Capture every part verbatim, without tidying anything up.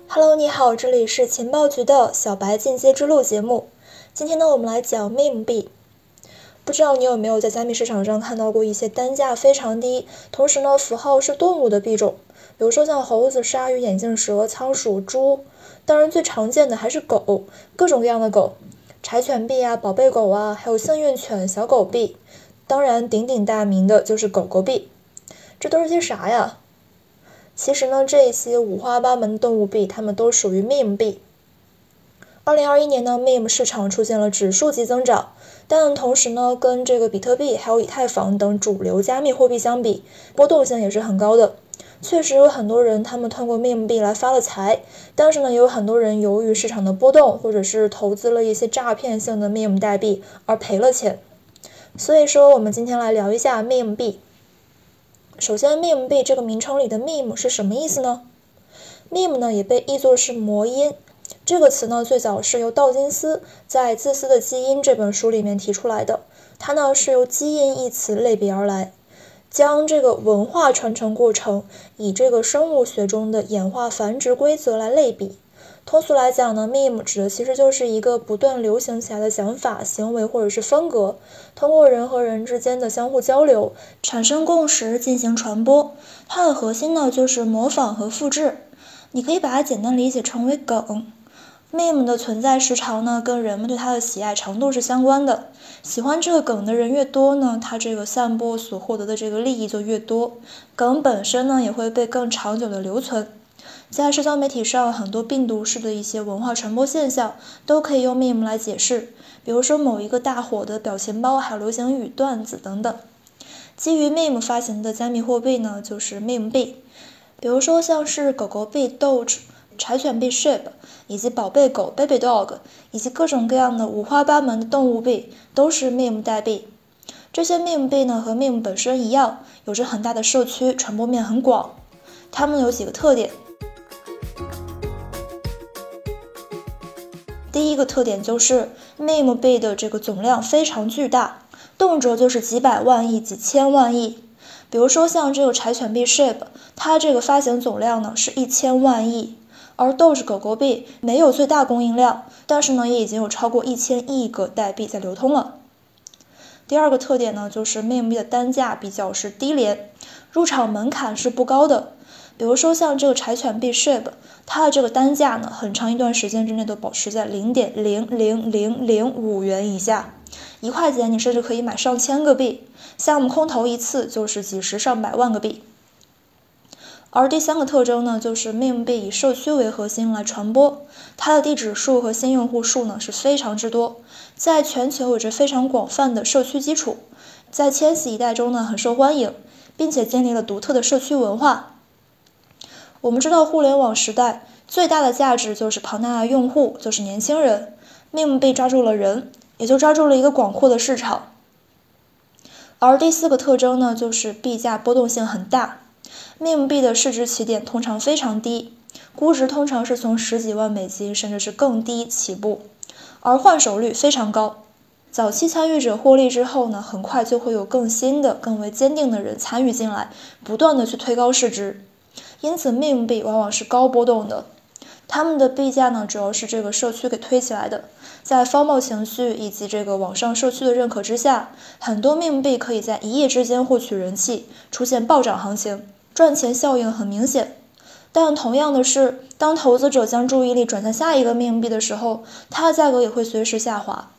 Hello， 你好，这里是情报局的小白进阶之路节目。今天呢，我们来讲 meme 币。不知道你有没有在加密市场上看到过一些单价非常低，同时呢符号是动物的币种，比如说像猴子、鲨鱼、眼镜蛇、仓鼠、猪。当然最常见的还是狗，各种各样的狗，柴犬币啊、宝贝狗啊，还有幸运犬、小狗币。当然鼎鼎大名的就是狗狗币。这都是些啥呀？其实呢，这些五花八门的动物币，它们都属于 meme 币。二零二一年呢 ，meme 市场出现了指数级增长，但同时呢，跟这个比特币还有以太坊等主流加密货币相比，波动性也是很高的。确实有很多人他们通过 meme 币来发了财，但是呢，也有很多人由于市场的波动，或者是投资了一些诈骗性的 meme 代币而赔了钱。所以说，我们今天来聊一下 meme 币。首先 meme 币这个名称里的 meme 是什么意思呢？ meme 呢也被译作是魔音，这个词呢最早是由道金斯在《自私的基因》这本书里面提出来的，它呢是由基因一词类别而来，将这个文化传承过程以这个生物学中的演化繁殖规则来类比。通俗来讲呢 meme 指的其实就是一个不断流行起来的想法、行为或者是风格，通过人和人之间的相互交流产生共识进行传播。它的核心呢就是模仿和复制，你可以把它简单理解成为梗。meme 的存在时长呢跟人们对它的喜爱程度是相关的，喜欢这个梗的人越多呢，它这个散播所获得的这个利益就越多，梗本身呢也会被更长久的留存。在社交媒体上，很多病毒式的一些文化传播现象都可以用 meme 来解释，比如说某一个大火的表情包，还有流行语、段子等等。基于 meme 发行的加密货币呢，就是 meme 币，比如说像是狗狗币 Doge、柴犬币 Shib， 以及宝贝狗 Baby Dog， 以及各种各样的五花八门的动物币，都是 meme 代币。这些 meme 币呢和 meme 本身一样，有着很大的社区，传播面很广。它们有几个特点。第一个特点就是 meme 币的这个总量非常巨大，动辄就是几百万亿、几千万亿。比如说像这个柴犬币 Shib， 它这个发行总量呢是一千万亿，而 Doge 狗狗币没有最大供应量，但是呢也已经有超过一千亿个代币在流通了。第二个特点呢就是 meme 币的单价比较是低廉，入场门槛是不高的。比如说像这个柴犬币 Shib， 它的这个单价呢，很长一段时间之内都保持在 零点零零零零五 元以下，一块钱你甚至可以买上千个币，项目空投一次就是几十上百万个币。而第三个特征呢，就是 meme 币以社区为核心来传播，它的地址数和新用户数呢是非常之多，在全球有着非常广泛的社区基础，在千禧一代中呢很受欢迎，并且建立了独特的社区文化。我们知道互联网时代最大的价值就是庞大的用户，就是年轻人。meme 币抓住了人，也就抓住了一个广阔的市场。而第四个特征呢，就是币价波动性很大。meme 币的市值起点通常非常低，估值通常是从十几万美金甚至是更低起步，而换手率非常高。早期参与者获利之后呢，很快就会有更新的、更为坚定的人参与进来，不断的去推高市值。因此 meme 币往往是高波动的，他们的币价呢主要是这个社区给推起来的，在风暴情绪以及这个网上社区的认可之下，很多 meme 币可以在一夜之间获取人气，出现暴涨行情，赚钱效应很明显。但同样的是，当投资者将注意力转向下一个 meme 币的时候，它的价格也会随时下滑。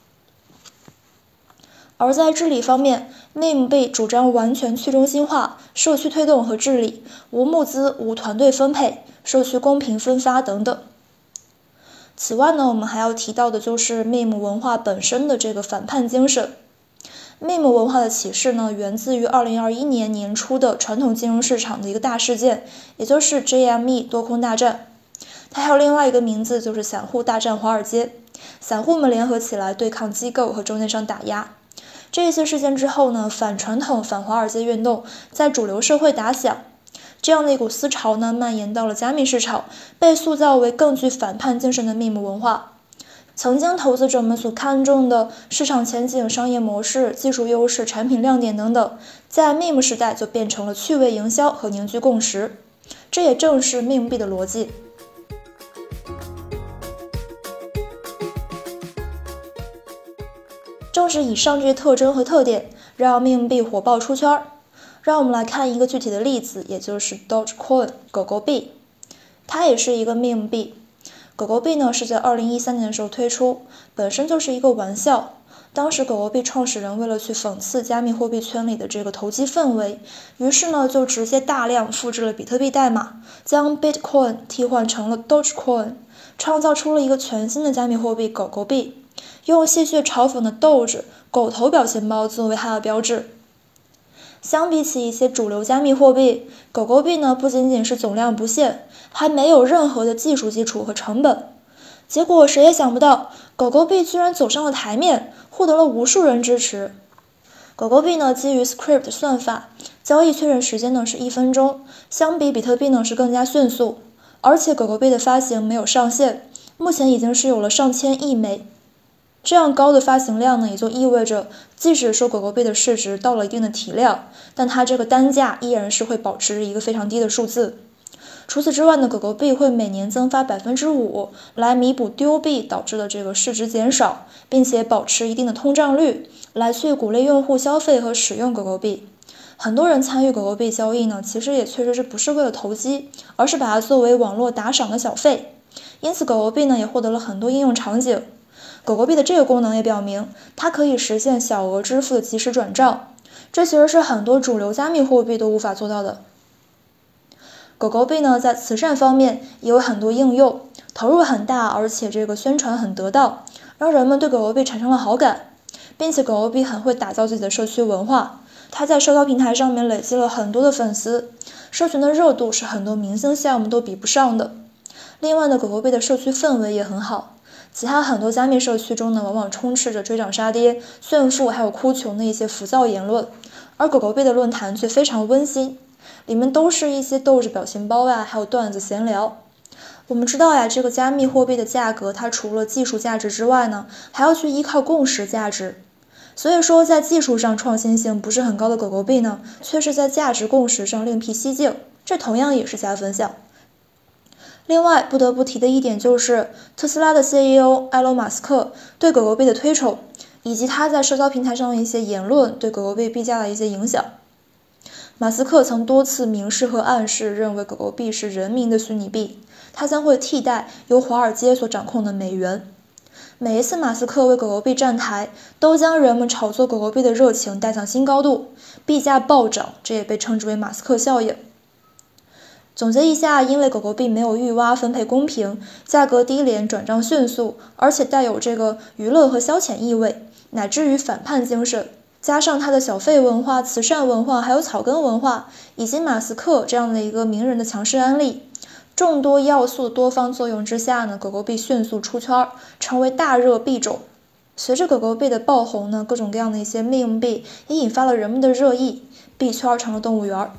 而在治理方面 meme 币主张完全去中心化、社区推动和治理，无募资、无团队分配、社区公平分发等等。此外呢，我们还要提到的就是 meme 文化本身的这个反叛精神。meme 文化的起势呢，源自于二零二一年年初的传统金融市场的一个大事件，也就是 J M E 多空大战。它还有另外一个名字，就是散户大战华尔街。散户们联合起来对抗机构和中间商打压。这一次事件之后呢，反传统、反华尔街运动在主流社会打响，这样的一股思潮呢，蔓延到了加密市场，被塑造为更具反叛精神的 meme 文化。曾经投资者们所看重的市场前景、商业模式、技术优势、产品亮点等等，在 meme 时代就变成了趣味营销和凝聚共识。这也正是 meme 币的逻辑。 正是以上这些特征和特点，让命币火爆出圈。让我们来看一个具体的例子，也就是 Dogecoin 狗狗币。它也是一个命币。狗狗币呢是在二零一三年的时候推出，本身就是一个玩笑。当时狗狗币创始人为了去讽刺加密货币圈里的这个投机氛围，于是呢就直接大量复制了比特币代码，将 Bitcoin 替换成了 Dogecoin， 创造出了一个全新的加密货币狗狗币，用戏谑嘲讽的 Doge 狗头表情包作为它的标志。相比起一些主流加密货币，狗狗币呢不仅仅是总量不限，还没有任何的技术基础和成本。结果谁也想不到，狗狗币居然走上了台面，获得了无数人支持。狗狗币呢基于 Script 算法，交易确认时间呢是一分钟，相比比特币呢是更加迅速。而且狗狗币的发行没有上限，目前已经是有了上千亿枚。这样高的发行量呢，也就意味着，即使说狗狗币的市值到了一定的体量，但它这个单价依然是会保持一个非常低的数字。除此之外呢，狗狗币会每年增发 百分之五 来弥补丢币导致的这个市值减少，并且保持一定的通胀率，来去鼓励用户消费和使用狗狗币。很多人参与狗狗币交易呢，其实也确实是不是为了投机，而是把它作为网络打赏的小费。因此狗狗币呢也获得了很多应用场景。狗狗币的这个功能也表明，它可以实现小额支付的即时转账，这其实是很多主流加密货币都无法做到的。狗狗币呢，在慈善方面也有很多应用，投入很大，而且这个宣传很得当，让人们对狗狗币产生了好感，并且狗狗币很会打造自己的社区文化，它在社交平台上面累积了很多的粉丝，社群的热度是很多明星项目都比不上的。另外呢，狗狗币的社区氛围也很好。其他很多加密社区中呢，往往充斥着追涨杀跌、炫富还有哭穷的一些浮躁言论，而狗狗币的论坛却非常温馨，里面都是一些逗着表情包呀，还有段子闲聊。我们知道呀，这个加密货币的价格，它除了技术价值之外呢，还要去依靠共识价值。所以说，在技术上创新性不是很高的狗狗币呢，却是在价值共识上另辟蹊径，这同样也是加分项。另外不得不提的一点就是，特斯拉的 C E O 埃隆·马斯克对狗狗币的推崇，以及他在社交平台上的一些言论对狗狗币币价的一些影响。马斯克曾多次明示和暗示，认为狗狗币是人民的虚拟币，它将会替代由华尔街所掌控的美元。每一次马斯克为狗狗币站台，都将人们炒作狗狗币的热情带向新高度，币价暴涨，这也被称之为马斯克效应。总结一下，因为狗狗币没有预挖分配公平，价格低廉，转账迅速，而且带有这个娱乐和消遣意味，乃至于反叛精神，加上它的小费文化、慈善文化，还有草根文化，以及马斯克这样的一个名人的强势案例，众多要素的多方作用之下呢，狗狗币迅速出圈，成为大热币种。随着狗狗币的爆红呢，各种各样的一些命币也引发了人们的热议，币圈成了动物园。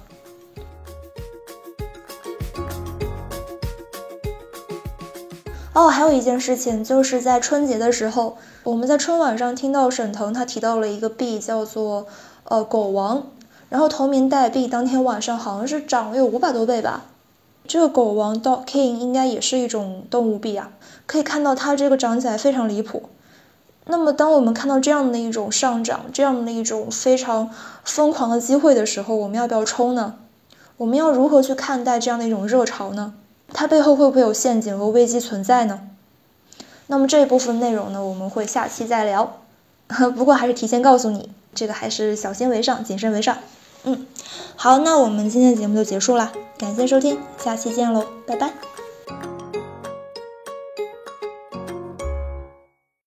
哦，还有一件事情，就是在春节的时候，我们在春晚上听到沈腾他提到了一个币叫做呃狗王，然后同名代币当天晚上好像是涨了有五百多倍吧。这个狗王 Dog King 应该也是一种动物币啊，可以看到它这个涨起来非常离谱。那么当我们看到这样的一种上涨，这样的一种非常疯狂的机会的时候，我们要不要冲呢？我们要如何去看待这样的一种热潮呢？它背后会不会有陷阱和危机存在呢？那么这一部分内容呢，我们会下期再聊。不过还是提前告诉你，这个还是小心为上，谨慎为上。嗯，好，那我们今天的节目就结束了，感谢收听，下期见喽，拜拜。